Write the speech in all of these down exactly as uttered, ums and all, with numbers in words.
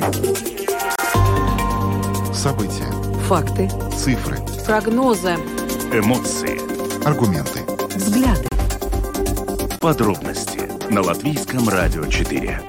События. Факты. Цифры. Прогнозы. Эмоции. Аргументы. Взгляды. Подробности на Латвийском радио четыре.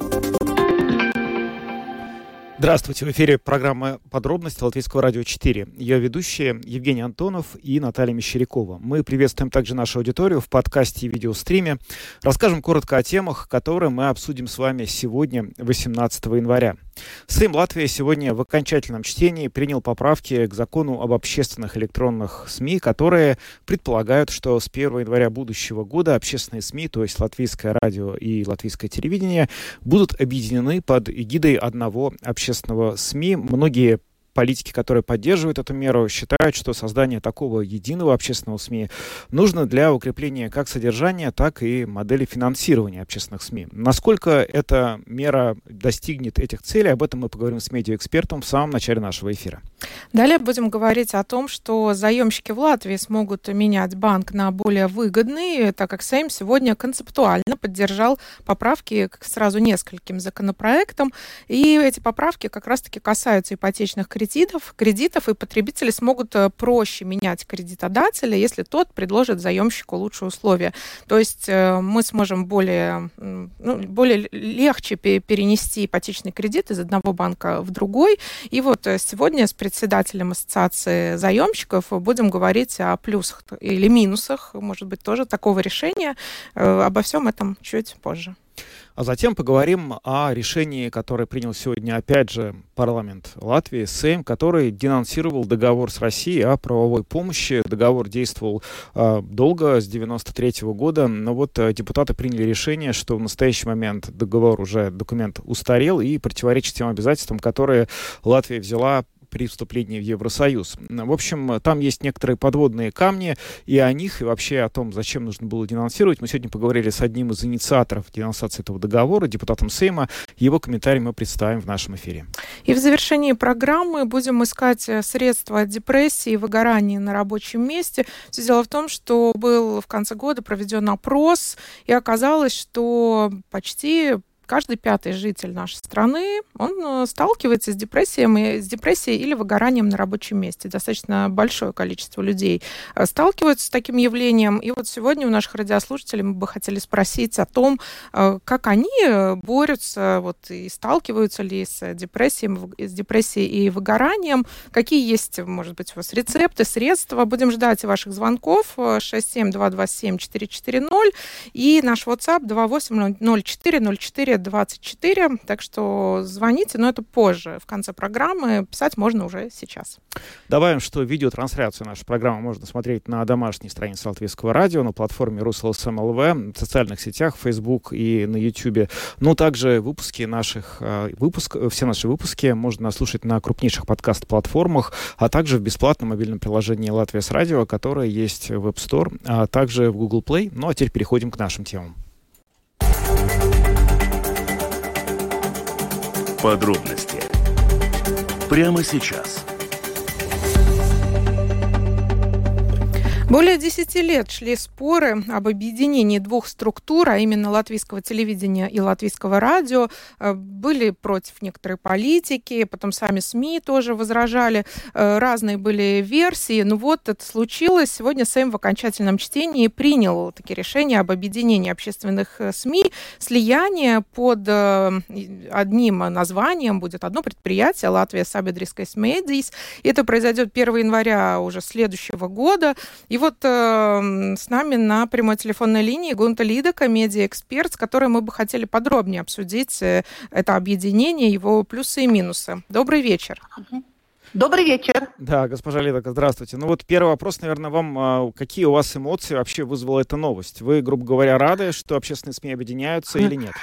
Здравствуйте, в эфире программа «Подробности» Латвийского радио четыре. Ее ведущие Евгений Антонов и Наталья Мещерякова. Мы приветствуем также нашу аудиторию в подкасте и видеостриме. Расскажем коротко о темах, которые мы обсудим с вами сегодня, восемнадцатого января. Сейм Латвии сегодня в окончательном чтении принял поправки к закону об общественных электронных СМИ, которые предполагают, что с первого января будущего года общественные СМИ, то есть Латвийское радио и Латвийское телевидение, будут объединены под эгидой одного общественного СМИ. Многие политики, которые поддерживают эту меру, считают, что создание такого единого общественного СМИ нужно для укрепления как содержания, так и модели финансирования общественных СМИ. Насколько эта мера достигнет этих целей, об этом мы поговорим с медиаэкспертом в самом начале нашего эфира. Далее будем говорить о том, что заемщики в Латвии смогут менять банк на более выгодный, так как Сейм сегодня концептуально поддержал поправки к сразу нескольким законопроектам. И эти поправки как раз-таки касаются ипотечных кредитов, Кредитов, кредитов, и потребители смогут проще менять кредитодателя, если тот предложит заемщику лучшие условия. То есть мы сможем более, ну, более легче перенести ипотечный кредит из одного банка в другой. И вот сегодня с председателем Ассоциации заемщиков будем говорить о плюсах или минусах, может быть, тоже такого решения. Обо всем этом чуть позже. А затем поговорим о решении, которое принял сегодня, опять же, парламент Латвии, Сейм, который денонсировал договор с Россией о правовой помощи. Договор действовал э, долго, с девяносто третьего года, но вот э, депутаты приняли решение, что в настоящий момент договор уже, документ устарел и противоречит тем обязательствам, которые Латвия взяла при вступлении в Евросоюз. В общем, там есть некоторые подводные камни, и о них, и вообще о том, зачем нужно было денонсировать. Мы сегодня поговорили с одним из инициаторов денонсации этого договора, депутатом Сейма. Его комментарий мы представим в нашем эфире. И в завершении программы будем искать средства от депрессии и выгорания на рабочем месте. Все дело в том, что был в конце года проведен опрос, и оказалось, что почти каждый пятый житель нашей страны, он сталкивается с депрессией, с депрессией или выгоранием на рабочем месте. Достаточно большое количество людей сталкиваются с таким явлением. И вот сегодня у наших радиослушателей мы бы хотели спросить о том, как они борются вот, и сталкиваются ли с депрессией, с депрессией и выгоранием, какие есть, может быть, у вас рецепты, средства. Будем ждать ваших звонков шесть семь два два семь четыре четыре ноль и наш WhatsApp два восемь ноль четыре ноль четыре двадцать четыре, так что звоните, но это позже, в конце программы. Писать можно уже сейчас. Добавим, что видеотрансляцию нашей программы можно смотреть на домашней странице Латвийского радио, на платформе Руслсм эл вэ, в социальных сетях, Facebook и на YouTube. Но также выпуски наших, выпуск, все наши выпуски можно слушать на крупнейших подкаст-платформах, а также в бесплатном мобильном приложении «Латвия с радио», которое есть в App Store, а также в Google Play. Ну а теперь переходим к нашим темам. Подробности прямо сейчас. Более десяти лет шли споры об объединении двух структур, а именно латвийского телевидения и латвийского радио. Были против некоторые политики, потом сами СМИ тоже возражали. Разные были версии. Но вот это случилось. Сегодня Сейм в окончательном чтении принял такие решения об объединении общественных СМИ. Слияние под одним названием будет одно предприятие «Латвия Сабедрискais Медийс». Это произойдет первого января уже следующего года. И вот э, с нами на прямой телефонной линии Гунта Лидека, медиаэксперт, с которой мы бы хотели подробнее обсудить э, это объединение, его плюсы и минусы. Добрый вечер. Добрый вечер. Да, госпожа Лидека, здравствуйте. Ну вот первый вопрос, наверное, вам. Какие у вас эмоции вообще вызвала эта новость? Вы, грубо говоря, рады, что общественные СМИ объединяются или нет?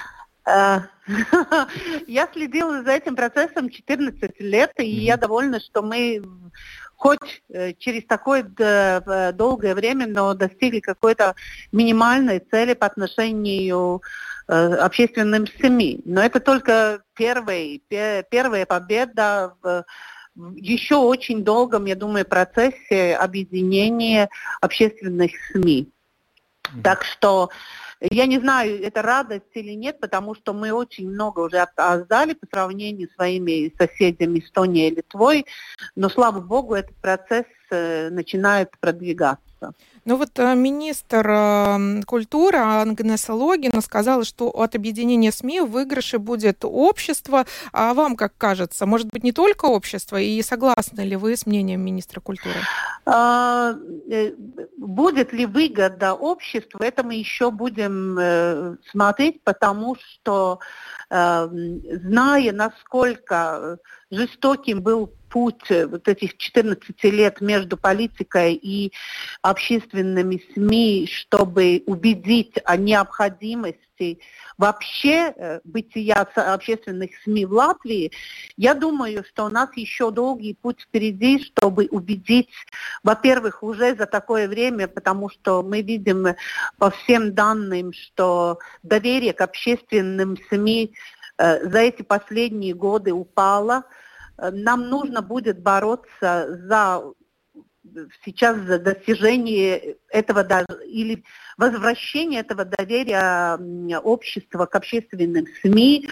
Я следила за этим процессом четырнадцать лет, и я довольна, что мы хоть через такое долгое время, но достигли какой-то минимальной цели по отношению к общественным СМИ. Но это только первый, первая победа в еще очень долгом, я думаю, процессе объединения общественных СМИ. Mm-hmm. Так что Я не знаю, это радость или нет, потому что мы очень много уже опоздали по сравнению с своими соседями Эстонией и Литвой, но, слава богу, этот процесс начинает продвигаться. Ну вот министр культуры Агнеса Логина сказала, что от объединения СМИ в выигрыше будет общество. А вам как кажется, может быть, не только общество? И согласны ли вы с мнением министра культуры? А, будет ли выгода обществу, это мы еще будем э, смотреть, потому что, э, зная, насколько жестоким был путь вот этих четырнадцати лет между политикой и общественными СМИ, чтобы убедить о необходимости вообще бытия общественных СМИ в Латвии, я думаю, что у нас еще долгий путь впереди, чтобы убедить, во-первых, уже за такое время, потому что мы видим по всем данным, что доверие к общественным СМИ э, за эти последние годы упало. Нам нужно будет бороться за сейчас за достижение этого или возвращение этого доверия общества к общественным СМИ.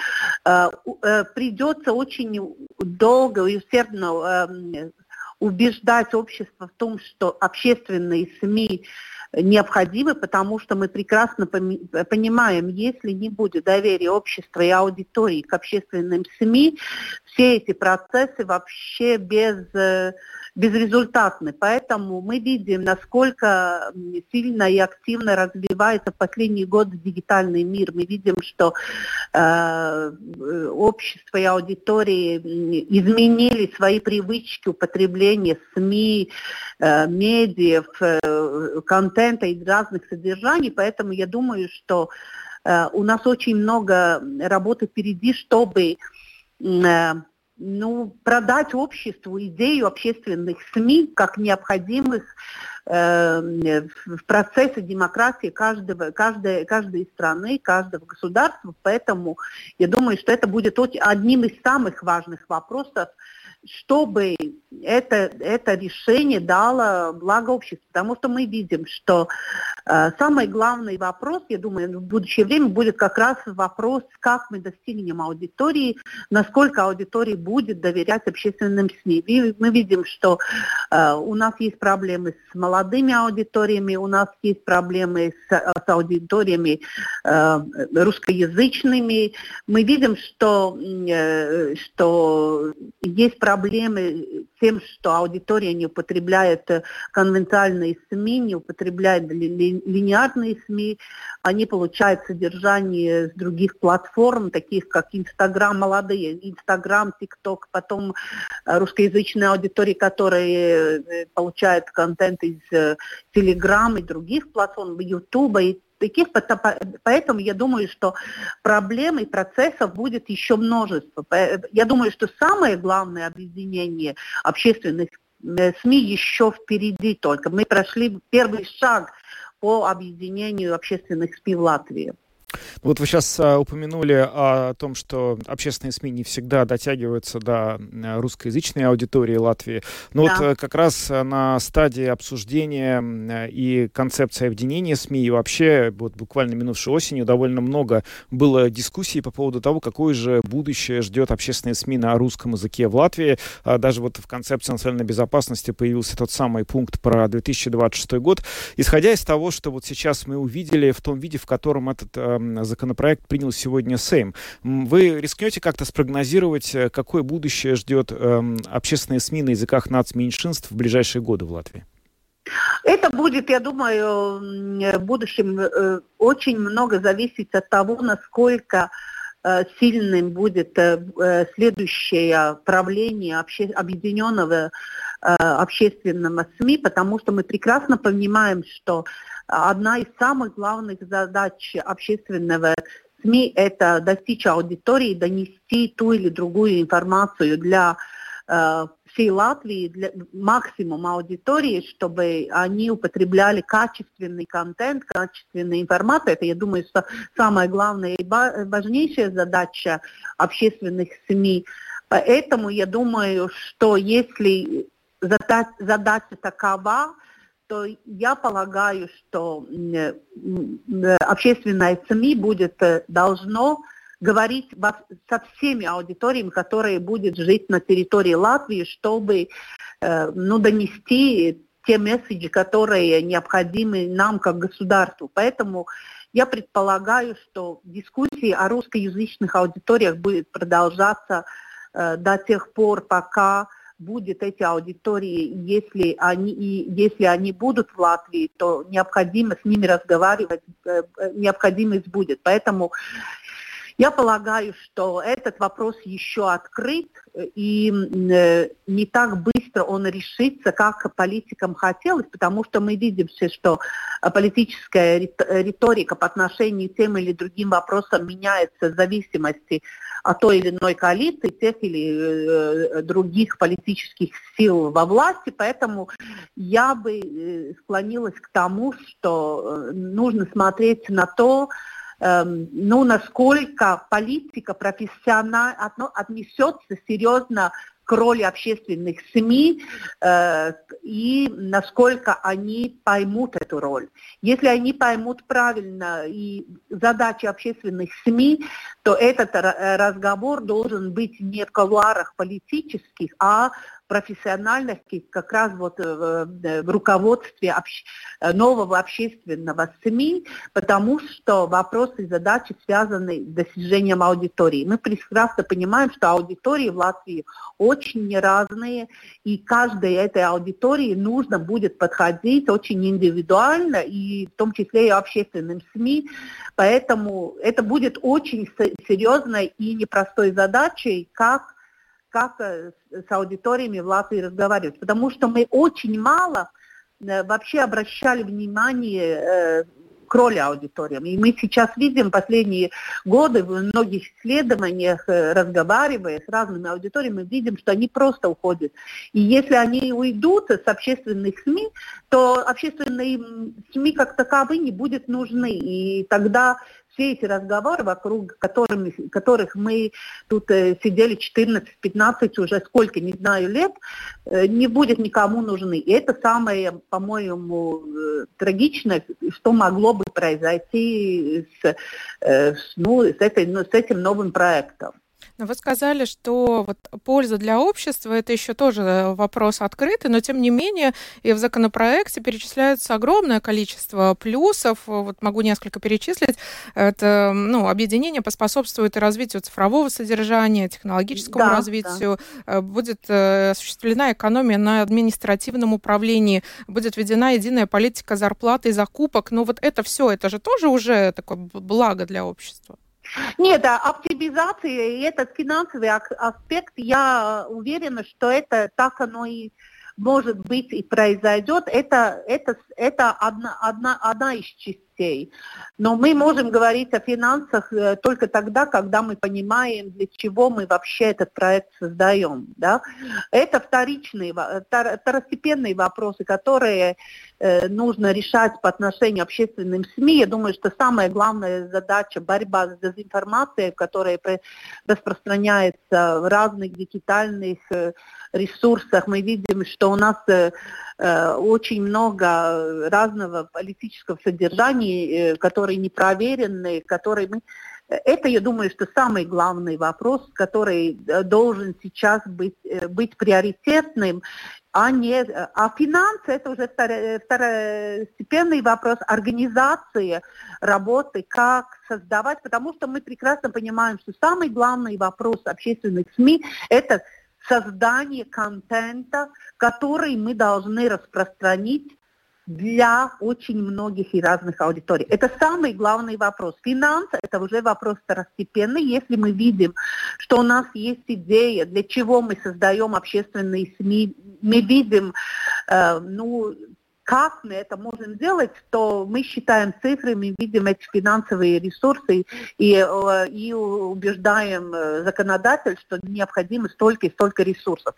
Придется очень долго и усердно убеждать общество в том, что общественные СМИ необходимы, потому что мы прекрасно понимаем, если не будет доверия общества и аудитории к общественным СМИ, все эти процессы вообще без, безрезультатны. Поэтому мы видим, насколько сильно и активно развивается в последние годы дигитальный мир. Мы видим, что э, общество и аудитории изменили свои привычки употребления СМИ, э, медиа, э, контента и разных содержаний. Поэтому я думаю, что э, у нас очень много работы впереди, чтобы э, ну, продать обществу идею общественных СМИ как необходимых э, в процессе демократии каждого, каждой, каждой страны, каждого государства. Поэтому я думаю, что это будет одним из самых важных вопросов, чтобы это, это решение дало благо обществу. Потому что мы видим, что э, самый главный вопрос, я думаю, в будущее время будет как раз вопрос, как мы достигнем аудитории, насколько аудитория будет доверять общественным СМИ. И мы видим, что э, у нас есть проблемы с молодыми аудиториями, у нас есть проблемы с, с аудиториями э, русскоязычными. Мы видим, что, э, что есть проблемы проблемы с тем, что аудитория не употребляет конвенциональные СМИ, не употребляет ли, ли, линейные СМИ, они получают содержание с других платформ, таких как Инстаграм, молодые, Инстаграм, ТикТок, потом русскоязычная аудитория, которая получает контент из Телеграм и других платформ, Ютуба и таких, поэтому я думаю, что проблем и процессов будет еще множество. Я думаю, что самое главное объединение общественных СМИ еще впереди только. Мы прошли первый шаг по объединению общественных СМИ в Латвии. Вот вы сейчас а, упомянули о том, что общественные СМИ не всегда дотягиваются до русскоязычной аудитории Латвии. Но да. вот как раз на стадии обсуждения и концепции объединения СМИ, и вообще вот буквально минувшей осенью довольно много было дискуссий по поводу того, какое же будущее ждет общественные СМИ на русском языке в Латвии. А даже вот в концепции национальной безопасности появился тот самый пункт про две тысячи двадцать шестой год. Исходя из того, что вот сейчас мы увидели в том виде, в котором этот законопроект принял сегодня Сейм. Вы рискнете как-то спрогнозировать, какое будущее ждет э, общественные СМИ на языках нацменьшинств в ближайшие годы в Латвии? Это будет, я думаю, в будущем э, очень много зависеть от того, насколько э, сильным будет э, следующее правление обще... объединенного э, общественного СМИ, потому что мы прекрасно понимаем, что одна из самых главных задач общественного СМИ – это достичь аудитории, донести ту или другую информацию для э, всей Латвии, для максимума аудитории, чтобы они употребляли качественный контент, качественную информацию. Это, я думаю, что самая главная и важнейшая задача общественных СМИ. Поэтому я думаю, что если задача, задача такова, что я полагаю, что общественное СМИ будет, должно говорить со всеми аудиториями, которые будут жить на территории Латвии, чтобы ну, донести те месседжи, которые необходимы нам как государству. Поэтому я предполагаю, что дискуссии о русскоязычных аудиториях будут продолжаться э, до тех пор, пока будут эти аудитории. Если они, и если они будут в Латвии, то необходимо с ними разговаривать, э, необходимость будет. Поэтому я полагаю, что этот вопрос еще открыт, и э, не так быстро он решится, как политикам хотелось, потому что мы видим, что политическая риторика по отношению к тем или другим вопросам меняется в зависимости от той или иной коалиции, тех или э, других политических сил во власти. Поэтому я бы э, склонилась к тому, что э, нужно смотреть на то, ну, насколько политика профессионально отнесется серьезно к роли общественных СМИ э, и насколько они поймут эту роль. Если они поймут правильно и задачи общественных СМИ, то этот разговор должен быть не в кулуарах политических, а профессиональных, как раз вот в, в руководстве общ... нового общественного СМИ, потому что вопросы и задачи связаны с достижением аудитории. Мы прекрасно понимаем, что аудитории в Латвии очень разные, и каждой этой аудитории нужно будет подходить очень индивидуально, и в том числе и общественным СМИ. Поэтому это будет очень серьезной и непростой задачей, как как с аудиториями в Латвии разговаривать. Потому что мы очень мало э, вообще обращали внимание э, к роли аудитории. И мы сейчас видим последние годы в многих исследованиях, э, разговаривая с разными аудиториями, мы видим, что они просто уходят. И если они уйдут с общественных СМИ, то общественные СМИ как таковые не будут нужны. И тогда все эти разговоры, вокруг которыми, которых мы тут э, сидели четырнадцать-пятнадцать, уже сколько, не знаю, лет, э, не будет никому нужны. И это самое, по-моему, э, трагичное, что могло бы произойти с, э, с, ну, с, этой, ну, с этим новым проектом. Но вы сказали, что вот польза для общества – это еще тоже вопрос открытый, но тем не менее и в законопроекте перечисляется огромное количество плюсов. Вот могу несколько перечислить. Это, ну, объединение поспособствует и развитию цифрового содержания, технологическому да, развитию. Да. Будет осуществлена экономия на административном управлении, будет введена единая политика зарплаты и закупок. Но вот это все, это же тоже уже такое благо для общества. Нет, оптимизация и этот финансовый аспект, я уверена, что это так оно и может быть и произойдет. Это, это, это одна, одна, одна из частей. Но мы можем говорить о финансах только тогда, когда мы понимаем, для чего мы вообще этот проект создаем. Да? Это вторичные, второстепенные вопросы, которые э, нужно решать по отношению к общественным СМИ. Я думаю, что самая главная задача – борьба с дезинформацией, которая распространяется в разных дигитальных э, ресурсах. Мы видим, что у нас э, очень много разного политического содержания, э, которые не проверены, которые мы... Это, я думаю, что самый главный вопрос, который должен сейчас быть, быть приоритетным, а не... А финансы – это уже второстепенный вопрос организации работы, как создавать, потому что мы прекрасно понимаем, что самый главный вопрос общественных СМИ – это создание контента, который мы должны распространить для очень многих и разных аудиторий. Это самый главный вопрос. Финансы – это уже вопрос второстепенный. Если мы видим, что у нас есть идея, для чего мы создаем общественные СМИ, мы видим, э, ну, как мы это можем сделать, то мы считаем цифры, мы видим эти финансовые ресурсы и, и убеждаем законодателя, что необходимо столько и столько ресурсов.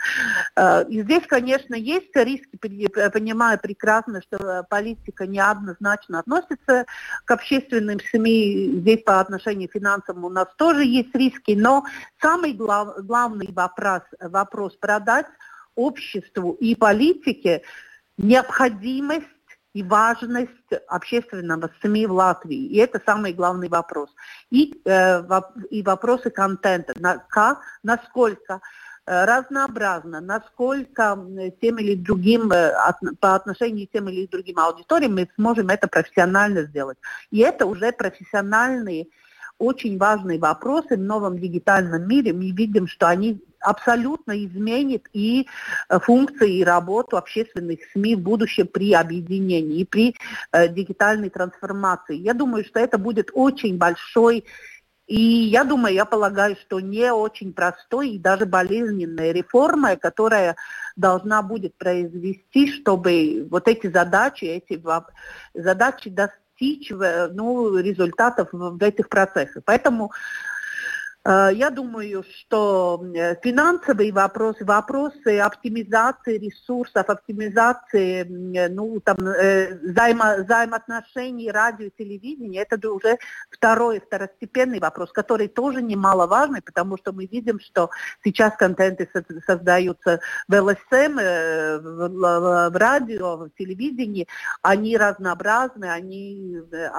И здесь, конечно, есть риски, понимаю прекрасно, что политика неоднозначно относится к общественным СМИ, здесь по отношению к финансам у нас тоже есть риски, но самый глав, главный вопрос, вопрос продать обществу и политике необходимость и важность общественного СМИ в Латвии. И это самый главный вопрос. И, э, воп- и вопросы контента. На, как, насколько э, разнообразно, насколько тем или другим, э, от, по отношению к тем или другим аудиториям мы сможем это профессионально сделать. И это уже профессиональные, очень важные вопросы в новом дигитальном мире. Мы видим, что они абсолютно изменят и функции, и работу общественных СМИ в будущем при объединении и при э, дигитальной трансформации. Я думаю, что это будет очень большой, и я думаю, я полагаю, что не очень простой и даже болезненной реформой, которая должна будет произвести, чтобы вот эти задачи, эти задачи достичь ну, результатов в этих процессах. Поэтому я думаю, что финансовые вопросы, вопросы оптимизации ресурсов, оптимизации ну, там, взаимо, взаимоотношений радио и телевидения, это уже второй, второстепенный вопрос, который тоже немаловажный, потому что мы видим, что сейчас контенты создаются в эл эс эм, в, в радио, в телевидении, они разнообразны, они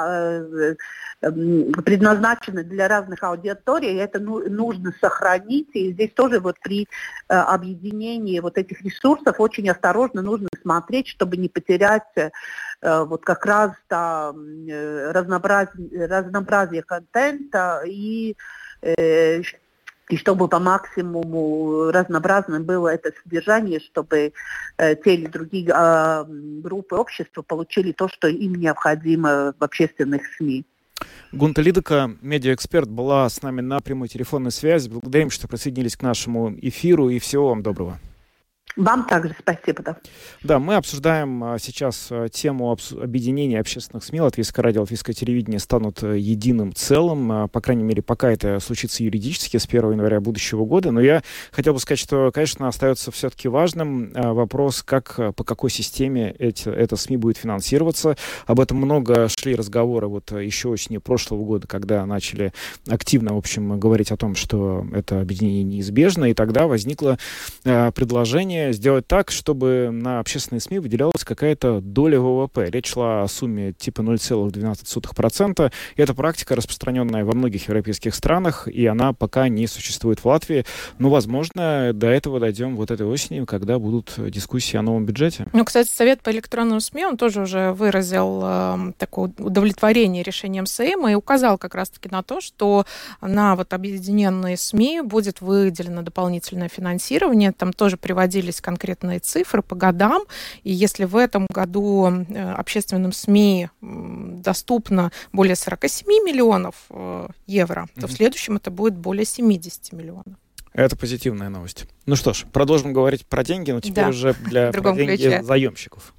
предназначены для разных аудиторий, это нужно сохранить, и здесь тоже вот при э, объединении вот этих ресурсов очень осторожно нужно смотреть, чтобы не потерять э, вот как раз э, разнообразие, разнообразие контента и, э, и чтобы по максимуму разнообразным было это содержание, чтобы э, те или другие э, группы общества получили то, что им необходимо в общественных СМИ. Гунта Лидека, медиаэксперт, была с нами на прямой телефонной связи. Благодарим, что присоединились к нашему эфиру, и всего вам доброго. Вам также спасибо. Да, да мы обсуждаем а, сейчас а, тему обс- объединения общественных СМИ. Латвийское радио, латвийское телевидение станут а, единым целым. А, по крайней мере, пока это случится юридически с первого января будущего года. Но я хотел бы сказать, что, конечно, остается все-таки важным а, вопрос, как, а, по какой системе эти, это СМИ будет финансироваться. Об этом много шли разговоры вот еще осенью прошлого года, когда начали активно, в общем, говорить о том, что это объединение неизбежно. И тогда возникло а, предложение сделать так, чтобы на общественные СМИ выделялась какая-то доля вэ вэ пэ. Речь шла о сумме типа ноль целых двенадцать сотых процента. И эта практика распространенная во многих европейских странах, и она пока не существует в Латвии. Но, возможно, до этого дойдем вот этой осенью, когда будут дискуссии о новом бюджете. Ну, кстати, Совет по электронным СМИ, он тоже уже выразил э, такое удовлетворение решением Сейма и указал как раз-таки на то, что на вот объединенные СМИ будет выделено дополнительное финансирование. Там тоже приводились конкретные цифры по годам, и если в этом году общественным СМИ доступно более сорок семь миллионов евро, то mm-hmm. в следующем это будет более семьдесят миллионов. Это позитивная новость. Ну что ж, продолжим говорить про деньги, но теперь да. уже для про деньги ключе. Заемщиков.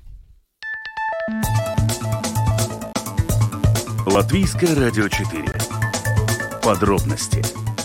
Латвийское радио четыре. Подробности.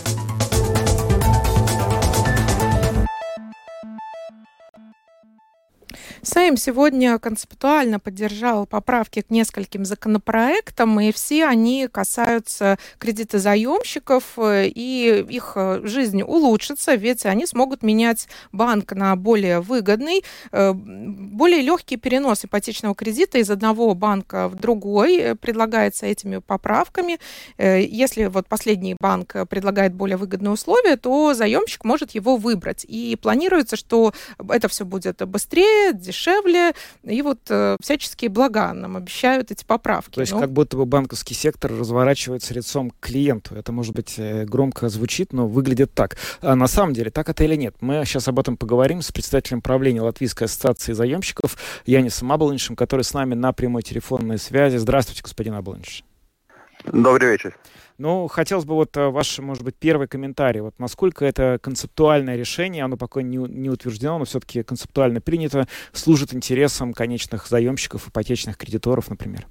Сейм сегодня концептуально поддержал поправки к нескольким законопроектам, и все они касаются кредитозаемщиков, и их жизнь улучшится, ведь они смогут менять банк на более выгодный, более легкий перенос ипотечного кредита из одного банка в другой предлагается этими поправками. Если вот последний банк предлагает более выгодные условия, то заемщик может его выбрать. И планируется, что это все будет быстрее, дешевле, и вот э, всяческие блага нам обещают эти поправки. То есть ну, как будто бы банковский сектор разворачивается лицом к клиенту. Это, может быть, громко звучит, но выглядит так. А на самом деле, так это или нет? Мы сейчас об этом поговорим с председателем правления Латвийской ассоциации заемщиков Янисом Аболиншем, который с нами на прямой телефонной связи. Здравствуйте, господин Аболинш. Добрый вечер. Ну, хотелось бы вот ваш, может быть, первый комментарий. Вот насколько это концептуальное решение, оно пока не, не утверждено, но все-таки концептуально принято, служит интересам конечных заемщиков, ипотечных кредиторов, например?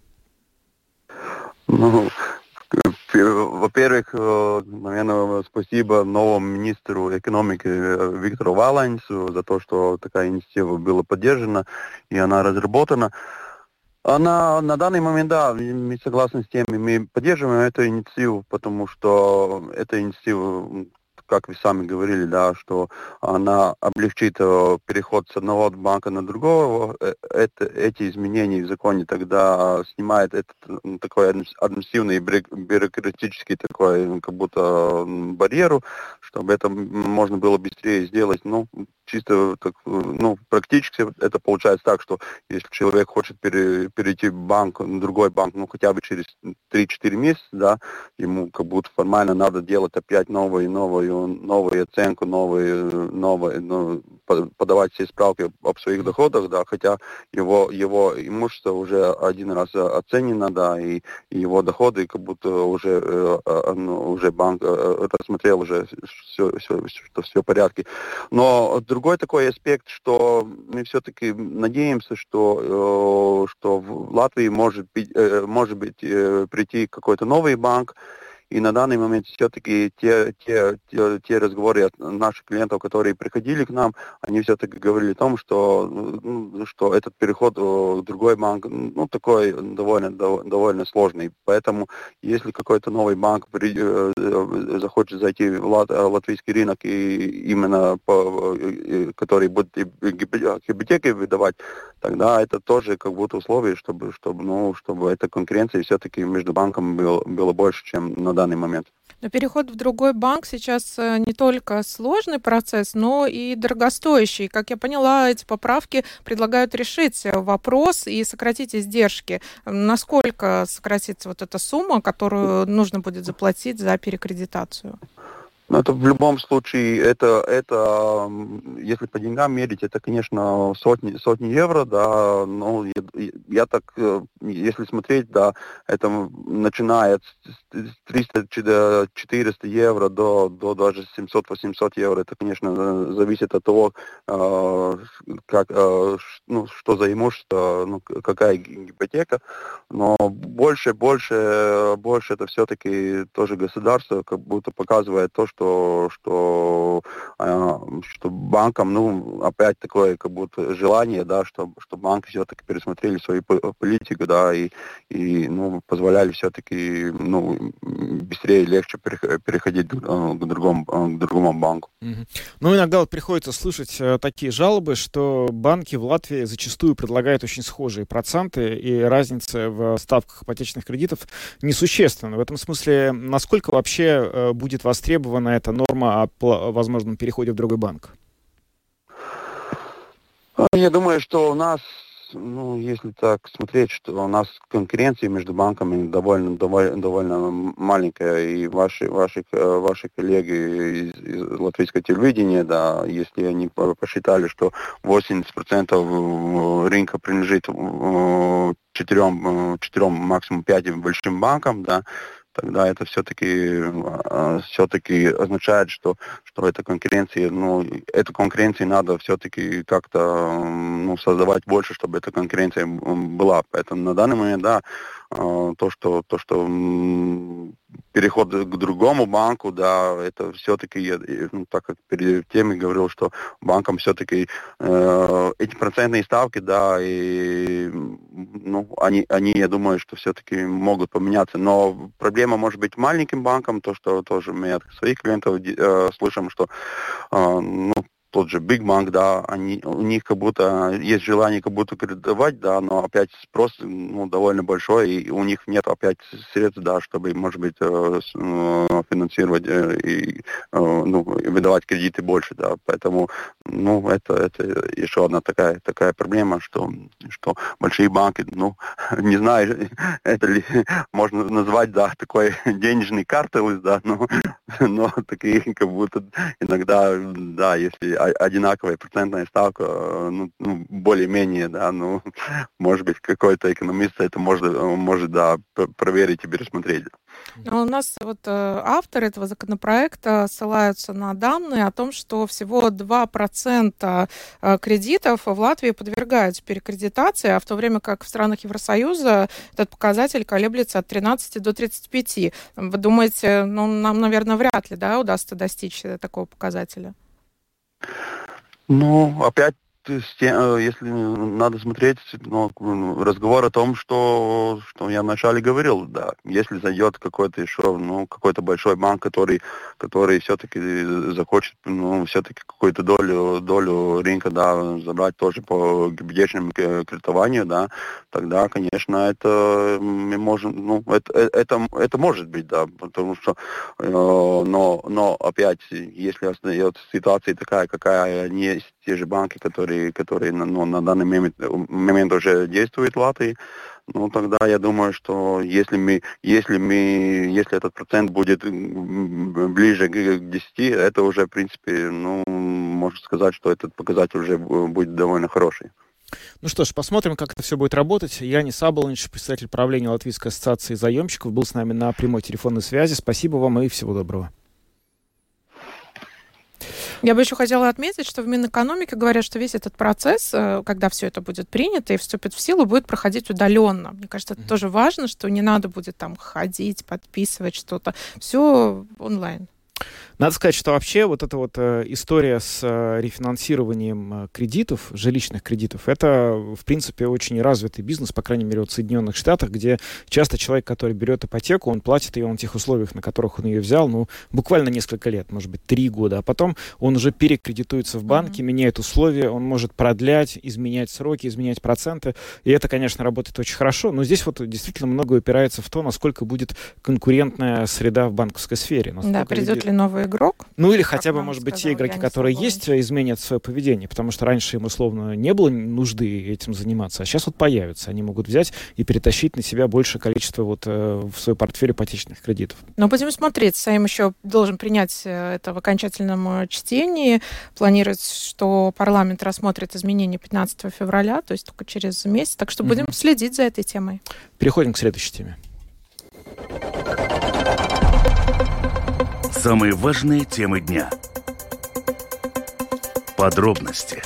Ну, во-первых, наверное, спасибо новому министру экономики Виктору Валайнсу за то, что такая инициатива была поддержана и она разработана. Она на данный момент, да, мы согласны с тем, мы поддерживаем эту инициативу, потому что эта инициатива как вы сами говорили, да, что она облегчит переход с одного банка на другого, это, эти изменения в законе тогда снимает этот такой административный бюрократический такой как будто барьер, чтобы это можно было быстрее сделать. Ну, чисто так, ну, практически это получается так, что если человек хочет пере, перейти в банк, на другой банк, ну, хотя бы через три-четыре месяца, да, ему как будто формально надо делать опять новую, новую, новую оценку, новые, новые, ну, подавать все справки об своих доходах, да, хотя его, его имущество уже один раз оценено, да, и, и его доходы как будто уже, э, ну, уже банк э, рассмотрел уже все, все, что все в порядке. Но другой такой аспект, что мы все-таки надеемся, что, э, что в Латвии может быть, э, может быть э, прийти какой-то новый банк. И на данный момент все-таки те, те, те, те разговоры от наших клиентов, которые приходили к нам, они все-таки говорили о том, что, ну, что этот переход в другой банк, ну, такой довольно, довольно сложный. Поэтому, если какой-то новый банк при, э, захочет зайти в лат, латвийский рынок, и именно по, который будет гипотеки выдавать, тогда это тоже как будто условие, чтобы, чтобы, ну, чтобы эта конкуренция все-таки между банками было, было больше, чем на данный момент. Но переход в другой банк сейчас не только сложный процесс, но и дорогостоящий. Как я поняла, эти поправки предлагают решить вопрос и сократить издержки. Насколько сократится вот эта сумма, которую нужно будет заплатить за перекредитацию? Ну, это в любом случае, это, это, если по деньгам мерить, это, конечно, сотни, сотни евро, да, но я, я так, если смотреть, да, это начиная с триста-четыреста евро до, до даже семьсот-восемьсот евро, это, конечно, зависит от того, как, ну, что за имущество, ну, какая гипотека, но больше, больше, больше это все-таки тоже государство как будто показывает то, что Что, что, что банкам, ну, опять такое, как будто желание, да, чтобы, чтобы банки все-таки пересмотрели свою политику, да, и, и ну, позволяли все-таки, ну, быстрее и легче переходить к другому, к другому банку. Mm-hmm. Ну, иногда вот приходится слышать такие жалобы, что банки в Латвии зачастую предлагают очень схожие проценты, и разница в ставках ипотечных кредитов несущественна. В этом смысле, насколько вообще будет востребована эта норма о возможном переходе в другой банк? Я думаю, что у нас, ну, если так смотреть, что у нас конкуренция между банками довольно, довольно, довольно маленькая, и ваши, ваши, ваши коллеги из, из латвийского телевидения, да, если они посчитали, что восемьдесят процентов рынка принадлежит четырем, четырем, максимум пяти большим банкам, да, тогда это все-таки все-таки означает, что, что эта конкуренция, ну, эту конкуренцию надо все-таки как-то, ну, создавать больше, чтобы эта конкуренция была. Поэтому на данный момент, да, то, что, то, что переход к другому банку, да, это все-таки, ну, так как перед тем я говорил, что банкам все-таки э, эти процентные ставки, да, и, ну, они, они, я думаю, что все-таки могут поменяться. Но проблема может быть маленьким банкам, то, что тоже мы от своих клиентов э, слышим, что, э, ну, тот же Big Bank, да, они, у них как будто есть желание как будто кредитовать, да, но опять спрос, ну, довольно большой, и у них нет опять средств, да, чтобы, может быть, э, финансировать э, и, э, ну, выдавать кредиты больше, да, поэтому, ну, это, это еще одна такая, такая проблема, что, что большие банки, ну, не знаю, это ли можно назвать, да, такой денежный картель, да, но, но такие как будто иногда, да, если одинаковая процентная ставка, ну, ну, более-менее, да, ну, может быть, какой-то экономист это может, может, да, проверить и пересмотреть. Но у нас вот э, авторы этого законопроекта ссылаются на данные о том, что всего два процента кредитов в Латвии подвергаются перекредитации, а в то время как в странах Евросоюза этот показатель колеблется от тринадцати до тридцати пяти. Вы думаете, ну, нам, наверное, вряд ли, да, удастся достичь такого показателя? Ну, опять если надо смотреть, ну, разговор о том, что, что я вначале говорил, да, если зайдет какой-то еще, ну, какой-то большой банк, который, который все-таки захочет, ну, все-таки какую-то долю, долю рынка, да, забрать тоже по гипотечному кредитованию, да, тогда, конечно, это мы можем, ну, это, это, это может быть, да, потому что, э, но, но опять, если остается ситуация такая, какая не есть, те же банки, которые, которые ну, на данный момент, момент уже действуют в Латвии, ну тогда я думаю, что если мы, если мы, если этот процент будет ближе к десяти, это уже, в принципе, ну, можно сказать, что этот показатель уже будет довольно хороший. Ну что ж, посмотрим, как это все будет работать. Янис Аболонич, председатель правления Латвийской ассоциации заемщиков, был с нами на прямой телефонной связи. Спасибо вам и всего доброго. Я бы еще хотела отметить, что в Минэкономике говорят, что весь этот процесс, когда все это будет принято и вступит в силу, будет проходить удаленно. Мне кажется, это mm-hmm. тоже важно, что не надо будет там ходить, подписывать что-то. Все онлайн. Надо сказать, что вообще вот эта вот э, история с э, рефинансированием э, кредитов, жилищных кредитов, это, в принципе, очень развитый бизнес, по крайней мере, вот в Соединенных Штатах, где часто человек, который берет ипотеку, он платит ее на тех условиях, на которых он ее взял, ну, буквально несколько лет, может быть, три года, а потом он уже перекредитуется в банке, mm-hmm. меняет условия, он может продлять, изменять сроки, изменять проценты, и это, конечно, работает очень хорошо, но здесь вот действительно многое упирается в то, насколько будет конкурентная среда в банковской сфере. Да, придет люди... ли новый игрок? Ну или хотя бы, может быть, те игроки, которые есть, изменят свое поведение, потому что раньше им, условно, не было нужды этим заниматься, а сейчас вот появятся. Они могут взять и перетащить на себя большее количество вот э, в свой портфель ипотечных кредитов. Но будем смотреть. Сейм еще должен принять это в окончательном чтении. Планируется, что парламент рассмотрит изменения пятнадцатого февраля, то есть только через месяц. Так что будем mm-hmm. следить за этой темой. Переходим к следующей теме. Самые важные темы дня. Подробности.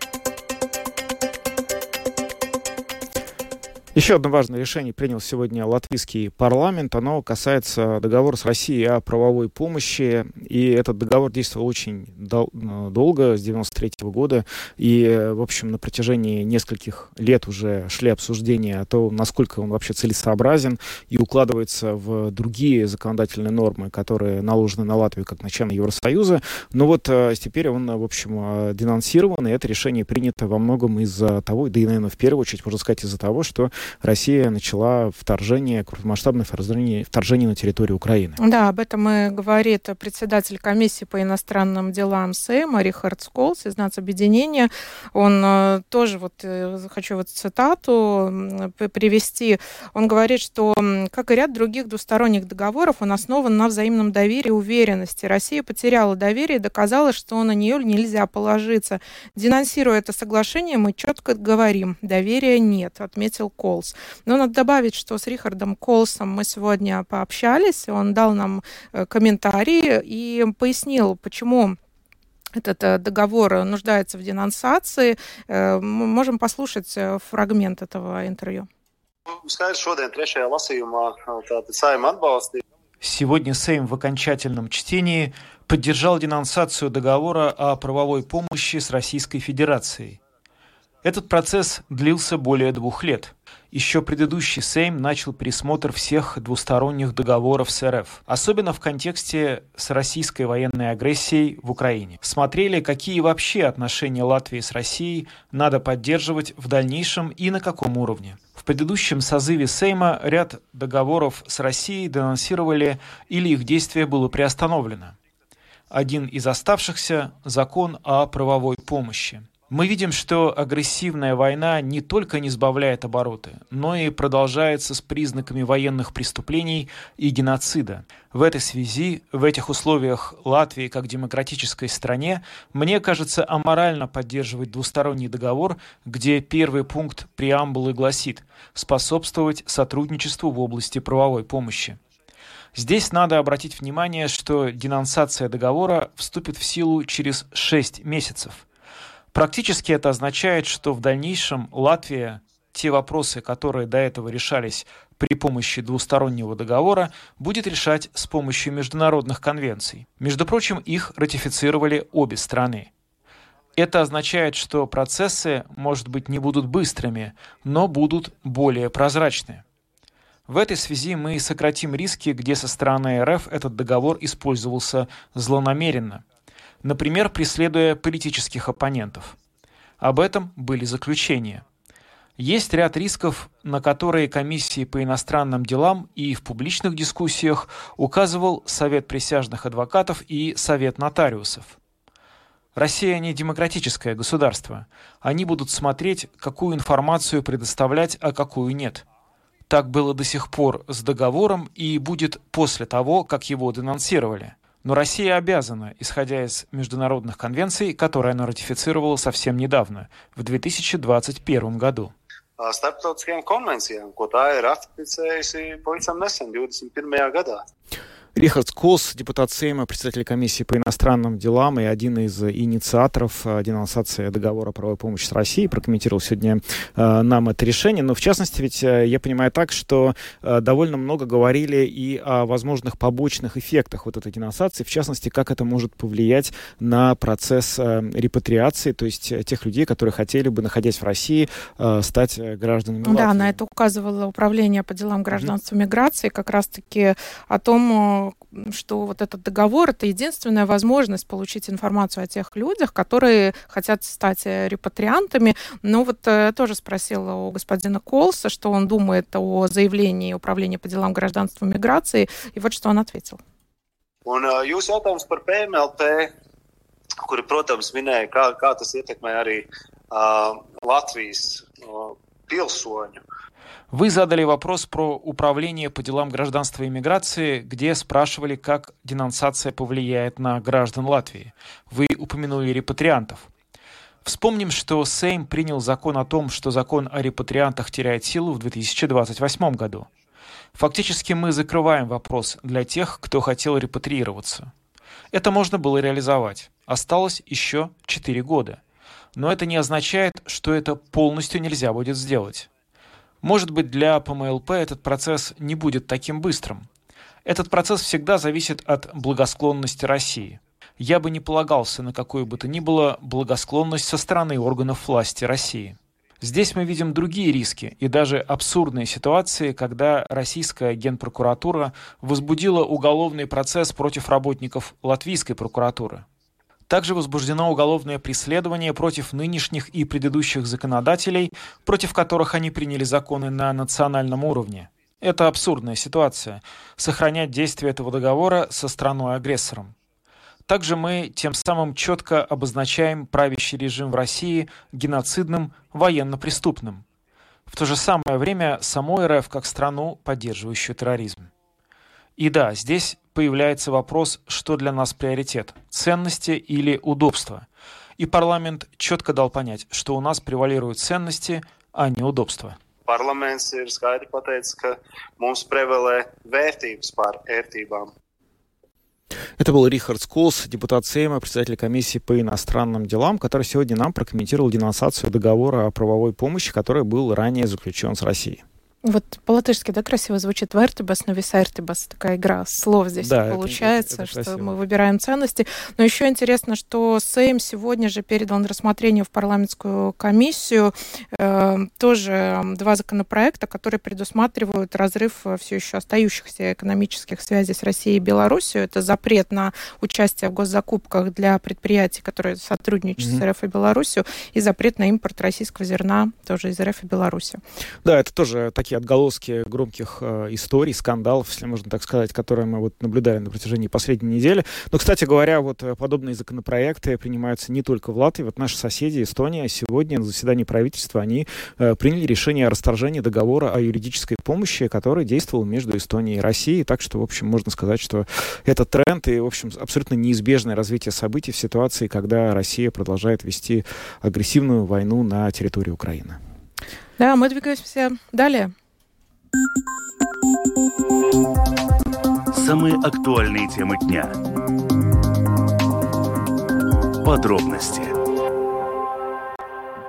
Еще одно важное решение принял сегодня латвийский парламент. Оно касается договора с Россией о правовой помощи. И этот договор действовал очень дол- долго, с девяносто третьего года. И, в общем, на протяжении нескольких лет уже шли обсуждения о том, насколько он вообще целесообразен и укладывается в другие законодательные нормы, которые наложены на Латвию как на член Евросоюза. Но вот а, теперь он, в общем, денонсирован, и это решение принято во многом из-за того, да и, наверное, в первую очередь, можно сказать, из-за того, что Россия начала вторжение, крупномасштабное вторжение, вторжение на территорию Украины. Да, об этом и говорит председатель комиссии по иностранным делам Сейма Рихард Сколс из нацобъединения. Он э, тоже, вот, э, хочу вот цитату э, привести. Он говорит, что, как и ряд других двусторонних договоров, он основан на взаимном доверии и уверенности. Россия потеряла доверие и доказала, что на нее нельзя положиться. Денонсируя это соглашение, мы четко говорим, доверия нет, отметил Колс. Но надо добавить, что с Рихардом Колсом мы сегодня пообщались, он дал нам комментарии и пояснил, почему этот договор нуждается в денонсации. Мы можем послушать фрагмент этого интервью. Сегодня Сейм в окончательном чтении поддержал денонсацию договора о правовой помощи с Российской Федерацией. Этот процесс длился более двух лет. Еще предыдущий Сейм начал пересмотр всех двусторонних договоров с эр эф, особенно в контексте с российской военной агрессией в Украине. Смотрели, какие вообще отношения Латвии с Россией надо поддерживать в дальнейшем и на каком уровне. В предыдущем созыве Сейма ряд договоров с Россией денонсировали или их действие было приостановлено. Один из оставшихся – закон о правовой помощи. Мы видим, что агрессивная война не только не сбавляет обороты, но и продолжается с признаками военных преступлений и геноцида. В этой связи, в этих условиях Латвии как демократической стране, мне кажется аморально поддерживать двусторонний договор, где первый пункт преамбулы гласит «способствовать сотрудничеству в области правовой помощи». Здесь надо обратить внимание, что денонсация договора вступит в силу через шесть месяцев. Практически это означает, что в дальнейшем Латвия те вопросы, которые до этого решались при помощи двустороннего договора, будет решать с помощью международных конвенций. Между прочим, их ратифицировали обе страны. Это означает, что процессы, может быть, не будут быстрыми, но будут более прозрачны. В этой связи мы сократим риски, где со стороны РФ этот договор использовался злонамеренно, например, преследуя политических оппонентов. Об этом были заключения. Есть ряд рисков, на которые Комиссии по иностранным делам и в публичных дискуссиях указывал Совет присяжных адвокатов и Совет нотариусов. Россия не демократическое государство. Они будут смотреть, какую информацию предоставлять, а какую нет. Так было до сих пор с договором и будет после того, как его денонсировали. Но Россия обязана, исходя из международных конвенций, которые она ратифицировала совсем недавно, в две тысячи двадцать первом году. Starptautiskajām konvencijām, ko tā ir ratificējusi pavisam nesen, divdesmit pirmajā gadā. Рихард Колс, депутат Сейма, председатель комиссии по иностранным делам и один из инициаторов денонсации договора о правовой помощи с Россией, прокомментировал сегодня э, нам это решение. Но в частности, ведь э, я понимаю так, что э, довольно много говорили и о возможных побочных эффектах вот этой денонсации, в частности, как это может повлиять на процесс э, репатриации, то есть э, тех людей, которые хотели бы, находясь в России, э, стать гражданами Латвии. Да, на это указывало Управление по делам гражданства и миграции, как раз-таки о том, что вот этот договор — это единственная возможность получить информацию о тех людях, которые хотят стать репатриантами. Но вот я тоже спросила у господина Колса, что он думает о заявлении Управления по делам гражданства и миграции, и вот что он ответил. Un jūs jautājums par P M L P, kuri, protams, minēja, kā, kā tas ietekmē arī uh, Latvijas uh, pilsoņu. Вы задали вопрос про Управление по делам гражданства и миграции, где спрашивали, как денонсация повлияет на граждан Латвии. Вы упомянули репатриантов. Вспомним, что Сейм принял закон о том, что закон о репатриантах теряет силу в две тысячи двадцать восьмом году. Фактически мы закрываем вопрос для тех, кто хотел репатриироваться. Это можно было реализовать. Осталось еще четыре года. Но это не означает, что это полностью нельзя будет сделать. Может быть, для P M L P этот процесс не будет таким быстрым. Этот процесс всегда зависит от благосклонности России. Я бы не полагался на какую бы то ни было благосклонность со стороны органов власти России. Здесь мы видим другие риски и даже абсурдные ситуации, когда российская генпрокуратура возбудила уголовный процесс против работников латвийской прокуратуры. Также возбуждено уголовное преследование против нынешних и предыдущих законодателей, против которых они приняли законы на национальном уровне. Это абсурдная ситуация – сохранять действие этого договора со страной-агрессором. Также мы тем самым четко обозначаем правящий режим в России геноцидным, военно-преступным. В то же самое время саму РФ как страну, поддерживающую терроризм. И да, здесь появляется вопрос, что для нас приоритет – ценности или удобства. И парламент четко дал понять, что у нас превалируют ценности, а не удобства. Парламент ir skaidri pateicis, ka mums prevalē vērtības pār ērtībām. Это был Рихард Колс, депутат Сейма, председатель комиссии по иностранным делам, который сегодня нам прокомментировал денонсацию договора о правовой помощи, который был ранее заключен с Россией. Вот по-латышски, да, красиво звучит «вертибас», но «висертибас», такая игра слов здесь да, получается, это, это, это что мы выбираем ценности. Но еще интересно, что Сейм сегодня же передал на рассмотрение в парламентскую комиссию э, тоже два законопроекта, которые предусматривают разрыв все еще остающихся экономических связей с Россией и Беларусью. Это запрет на участие в госзакупках для предприятий, которые сотрудничают mm-hmm. с РФ и Беларусью, и запрет на импорт российского зерна тоже из РФ и Беларуси. Да, это тоже такие отголоски громких э, историй, скандалов, если можно так сказать, которые мы вот наблюдали на протяжении последней недели. Но, кстати говоря, вот подобные законопроекты принимаются не только в Латвии. Вот наши соседи, Эстония, сегодня на заседании правительства они э, приняли решение о расторжении договора о юридической помощи, который действовал между Эстонией и Россией. Так что, в общем, можно сказать, что это тренд и, в общем, абсолютно неизбежное развитие событий в ситуации, когда Россия продолжает вести агрессивную войну на территории Украины. Да, мы двигаемся далее. Самые актуальные темы дня. Подробности.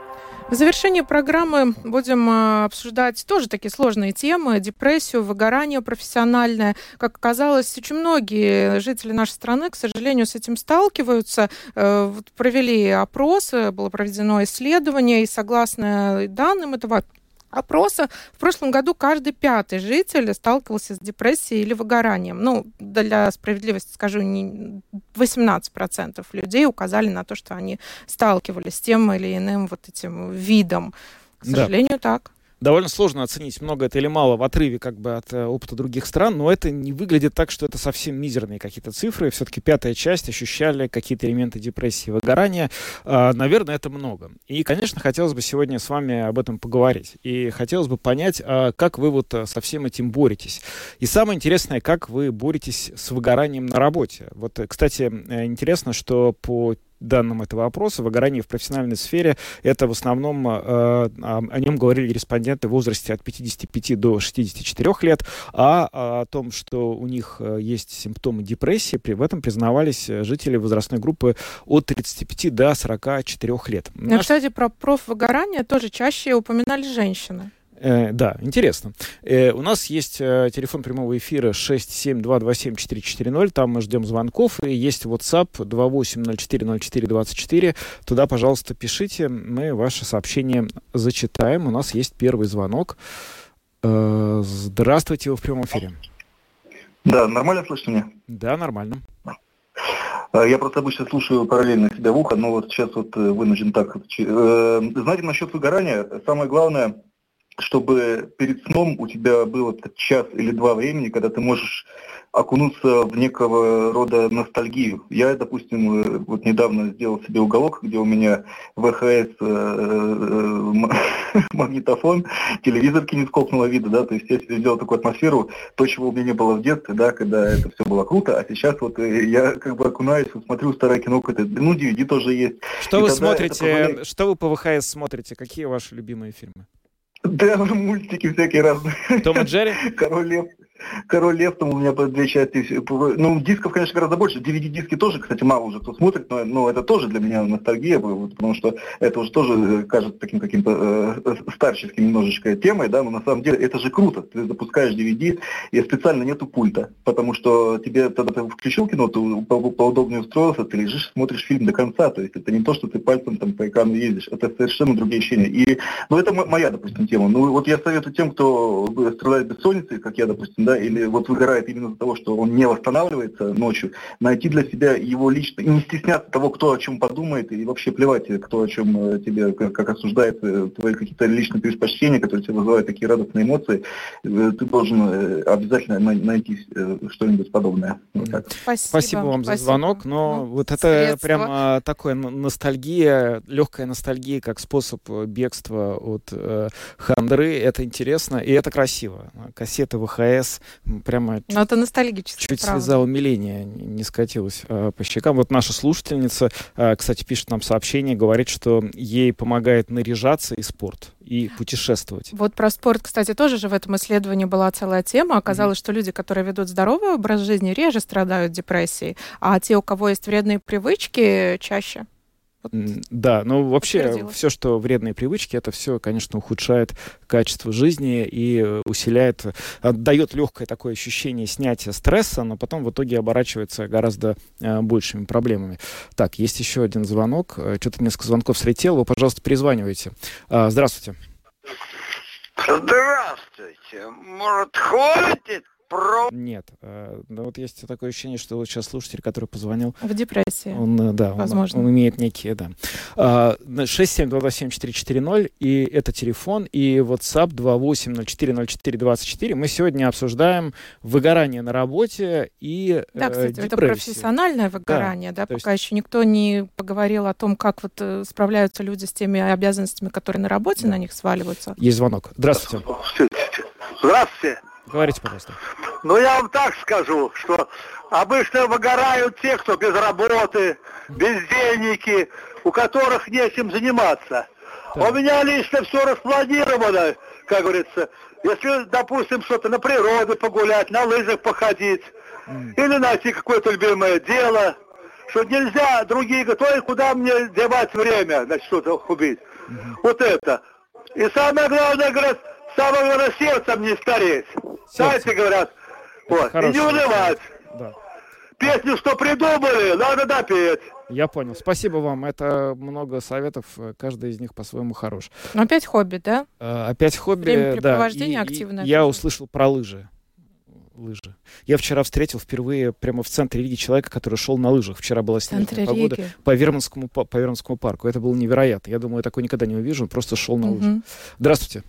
В завершении программы будем обсуждать тоже такие сложные темы: депрессию, выгорание профессиональное. Как оказалось, очень многие жители нашей страны, к сожалению, с этим сталкиваются. Вот провели опрос, было проведено исследование, и согласно данным этого опроса, в прошлом году каждый пятый житель сталкивался с депрессией или выгоранием. Ну, для справедливости скажу, не восемнадцать процентов людей указали на то, что они сталкивались с тем или иным вот этим видом. К сожалению, да. Так. Довольно сложно оценить, много это или мало в отрыве как бы от э, опыта других стран, но это не выглядит так, что это совсем мизерные какие-то цифры. Все-таки пятая часть ощущали какие-то элементы депрессии, выгорания. Э, наверное, это много. И, конечно, хотелось бы сегодня с вами об этом поговорить. И хотелось бы понять, э, как вы вот со всем этим боретесь. И самое интересное, как вы боретесь с выгоранием на работе. Вот, кстати, интересно, что по данным этого опроса, выгорание в профессиональной сфере, это в основном э, о, о нем говорили респонденты в возрасте от пятидесяти пяти до шестидесяти четырёх лет, а о том, что у них есть симптомы депрессии, при в этом признавались жители возрастной группы от тридцати пяти до сорока четырёх лет. Ну, Наш... Кстати, про профвыгорание тоже чаще упоминали женщины. Э, да, интересно. Э, у нас есть э, телефон прямого эфира шесть семь два два семь четыре четыре ноль, там мы ждем звонков, и есть WhatsApp два восемь ноль четыре ноль четыре двадцать четыре. Туда, пожалуйста, пишите, мы ваши сообщения зачитаем. У нас есть первый звонок. Э, здравствуйте, вы в прямом эфире. Да, нормально слышно меня? Да, нормально. Я просто обычно слушаю параллельно себя в ухо, но вот сейчас вот вынужден так. Знаете, насчет выгорания, самое главное, чтобы перед сном у тебя было час или два времени, когда ты можешь окунуться в некого рода ностальгию. Я, допустим, вот недавно сделал себе уголок, где у меня вэ ха эс, магнитофон, телевизор кинескопного вида, да, то есть я себе сделал такую атмосферу, то, чего у меня не было в детстве, да, когда это все было круто, а сейчас вот я как бы окунаюсь, вот смотрю старое кино, какое-то, ну, ди ви ди тоже есть. Что И вы смотрите, позволяет... что вы по вэ ха эс смотрите, какие ваши любимые фильмы? Да, мультики всякие разные. Том и Джерри? Король Лев. Король Лев, там у меня по две части. Ну, дисков, конечно, гораздо больше. ди ви ди-диски тоже, кстати, мало уже кто смотрит, но, но это тоже для меня ностальгия, потому что это уже тоже кажется таким каким-то э, старческим немножечко темой, да, но на самом деле это же круто. Ты запускаешь ди ви ди, и специально нету пульта, потому что тебе, тогда ты включил кино, ты по- поудобнее устроился, ты лежишь, смотришь фильм до конца, то есть это не то, что ты пальцем там по экрану ездишь, это совершенно другие ощущения. И, ну, это моя, допустим, тема. Ну, вот я советую тем, кто страдает бессонницей, как я, допустим, да, или вот выгорает именно из-за того, что он не восстанавливается ночью, найти для себя его лично, и не стесняться того, кто о чем подумает, и вообще плевать, кто о чем тебе, как, как осуждает твои какие-то личные предпочтения, которые тебе вызывают такие радостные эмоции, ты должен обязательно найти что-нибудь подобное. Вот так. Спасибо. Спасибо вам Спасибо. за звонок, но ну, вот это средства. Прямо такое ностальгия, легкая ностальгия, как способ бегства от э, хандры, это интересно и это красиво. Кассеты вэ ха эс, прямо но это ностальгически, чуть правда. Слеза умиления не скатилась а, по щекам. Вот наша слушательница, а, кстати, пишет нам сообщение, говорит, что ей помогает наряжаться и спорт, и путешествовать. Вот про спорт, кстати, тоже же в этом исследовании была целая тема. Оказалось, mm-hmm. что люди, которые ведут здоровый образ жизни, реже страдают депрессией, а те, у кого есть вредные привычки, чаще. Вот. Да, ну вообще все, что вредные привычки, это все, конечно, ухудшает качество жизни и усиляет, дает легкое такое ощущение снятия стресса, но потом в итоге оборачивается гораздо э, большими проблемами. Так, есть еще один звонок. Что-то несколько звонков слетело. Вы, пожалуйста, перезванивайте. А, здравствуйте. Здравствуйте. Может, хватит? Про... Нет. Да, вот есть такое ощущение, что вот сейчас слушатель, который позвонил... В депрессии. Он, да, возможно. Он, он имеет некие, да. шесть семь два два семь четыре четыре ноль, и это телефон, и WhatsApp два восемь ноль четыре ноль четыре двадцать четыре. Мы сегодня обсуждаем выгорание на работе и Да, кстати, э, это профессиональное выгорание, да, да пока есть... еще никто не поговорил о том, как вот справляются люди с теми обязанностями, которые на работе да. на них сваливаются. Есть звонок. Здравствуйте. Здравствуйте. Говорите, пожалуйста. Ну, я вам так скажу, что обычно выгорают те, кто без работы, бездельники, у которых нечем заниматься. Да. У меня лично все распланировано, как говорится. Если, допустим, что-то на природе погулять, на лыжах походить, mm. или найти какое-то любимое дело, что нельзя другие готовить, куда мне девать время, значит, что-то убить. Угу. Вот это. И самое главное, говорят, самое главное, сердцем не стареть. Знаете, говорят, вот, и не унывать. Да. Песню, что придумали, надо допеть. Я понял. Спасибо вам. Это много советов. Каждый из них по-своему хорош. Но опять хобби, да? А, опять хобби, времяпрепровождение да. активное. И, и я услышал про лыжи. Лыжи. Я вчера встретил впервые прямо в центре Риги человека, который шел на лыжах. Вчера была снежная погода по Верманскому, по, по Верманскому парку. Это было невероятно. Я думаю, я такой никогда не увижу. Он просто шел на лыжах. Угу. Здравствуйте.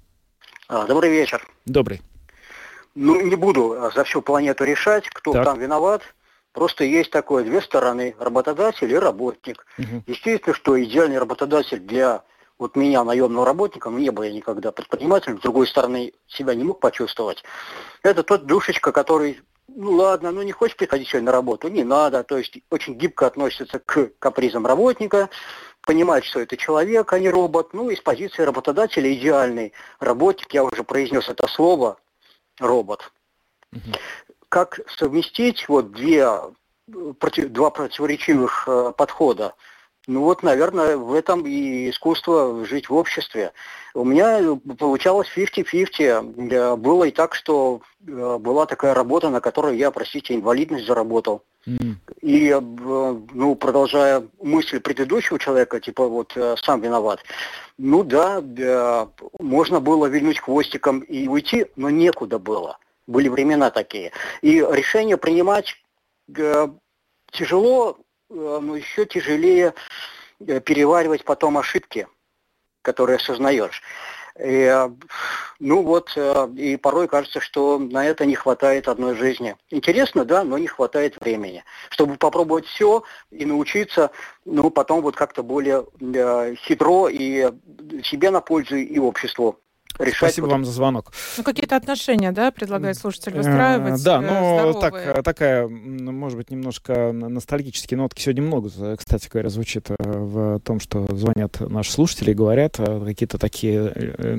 А, добрый вечер. Добрый. Ну, не буду за всю планету решать, кто так. там виноват. Просто есть такое две стороны, работодатель и работник. Угу. Естественно, что идеальный работодатель для вот меня, наемного работника, ну не был я никогда предпринимателем, с другой стороны, себя не мог почувствовать. Это тот душечка, который, ну ладно, ну не хочешь приходить сегодня на работу, не надо. То есть очень гибко относится к капризам работника, понимает, что это человек, а не робот. Ну и с позиции работодателя идеальный работник, я уже произнес это слово, робот. Угу. Как совместить вот две, против, два противоречивых э, подхода? Ну вот, наверное, в этом и искусство жить в обществе. У меня получалось пятьдесят-пятьдесят. Было и так, что э, была такая работа, на которой я, простите, инвалидность заработал. Mm. И, э, ну, продолжая мысль предыдущего человека, типа вот э, сам виноват. Ну да, э, можно было вильнуть хвостиком и уйти, но некуда было. Были времена такие. И решение принимать э, тяжело, э, но еще тяжелее э, переваривать потом ошибки, которые осознаешь. И, э, ну вот, э, и порой кажется, что на это не хватает одной жизни. Интересно, да, но не хватает времени. Чтобы попробовать все и научиться, ну, потом вот как-то более э, хитро и себе на пользу, и обществу. Решать. Спасибо вам за звонок. Ну, какие-то отношения, да, предлагает слушатель выстраивать? Да, ну, так, такая, может быть, немножко ностальгические нотки сегодня много, кстати говоря, звучит в том, что звонят наши слушатели и говорят какие-то такие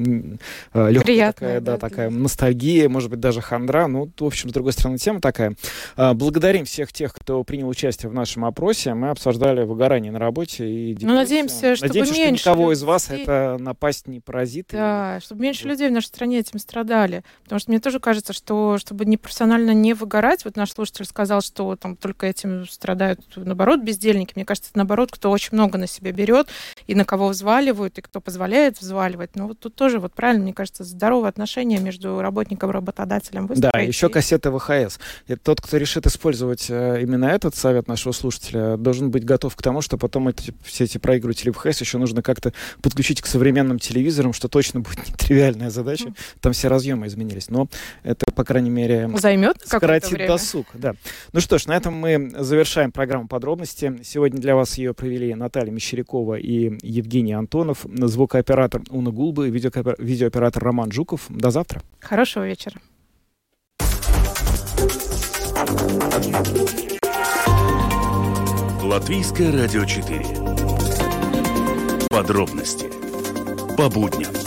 легкие, такая, да, да, такая ностальгия, может быть, даже хандра. Ну, в общем, с другой стороны, тема такая. Благодарим всех тех, кто принял участие в нашем опросе. Мы обсуждали выгорание на работе и депрессию. Ну, надеемся, чтобы Надеемся, меньше что никого людей... из вас это напасть не поразит. Да, чтобы меньше людей в нашей стране этим страдали. Потому что мне тоже кажется, что чтобы не профессионально не выгорать, вот наш слушатель сказал, что там только этим страдают, наоборот, бездельники. Мне кажется, это наоборот, кто очень много на себя берет, и на кого взваливают, и кто позволяет взваливать. Но вот тут тоже, вот правильно, мне кажется, здоровые отношения между работником и работодателем выстроить. Да, еще кассеты вэ ха эс. И тот, кто решит использовать именно этот совет нашего слушателя, должен быть готов к тому, что потом эти, все эти проигрыватели вэ ха эс еще нужно как-то подключить к современным телевизорам, что точно будет нетривиально. Реальная задача. Mm. Там все разъемы изменились. Но это, по крайней мере, займет сократит досуг. Да. Ну что ж, на этом мы завершаем программу «Подробности». Сегодня для вас ее провели Наталья Мещерякова и Евгений Антонов, звукооператор Уна Гулба и видеооператор, видеооператор Роман Жуков. До завтра. Хорошего вечера. Латвийское радио четыре. Подробности по будням.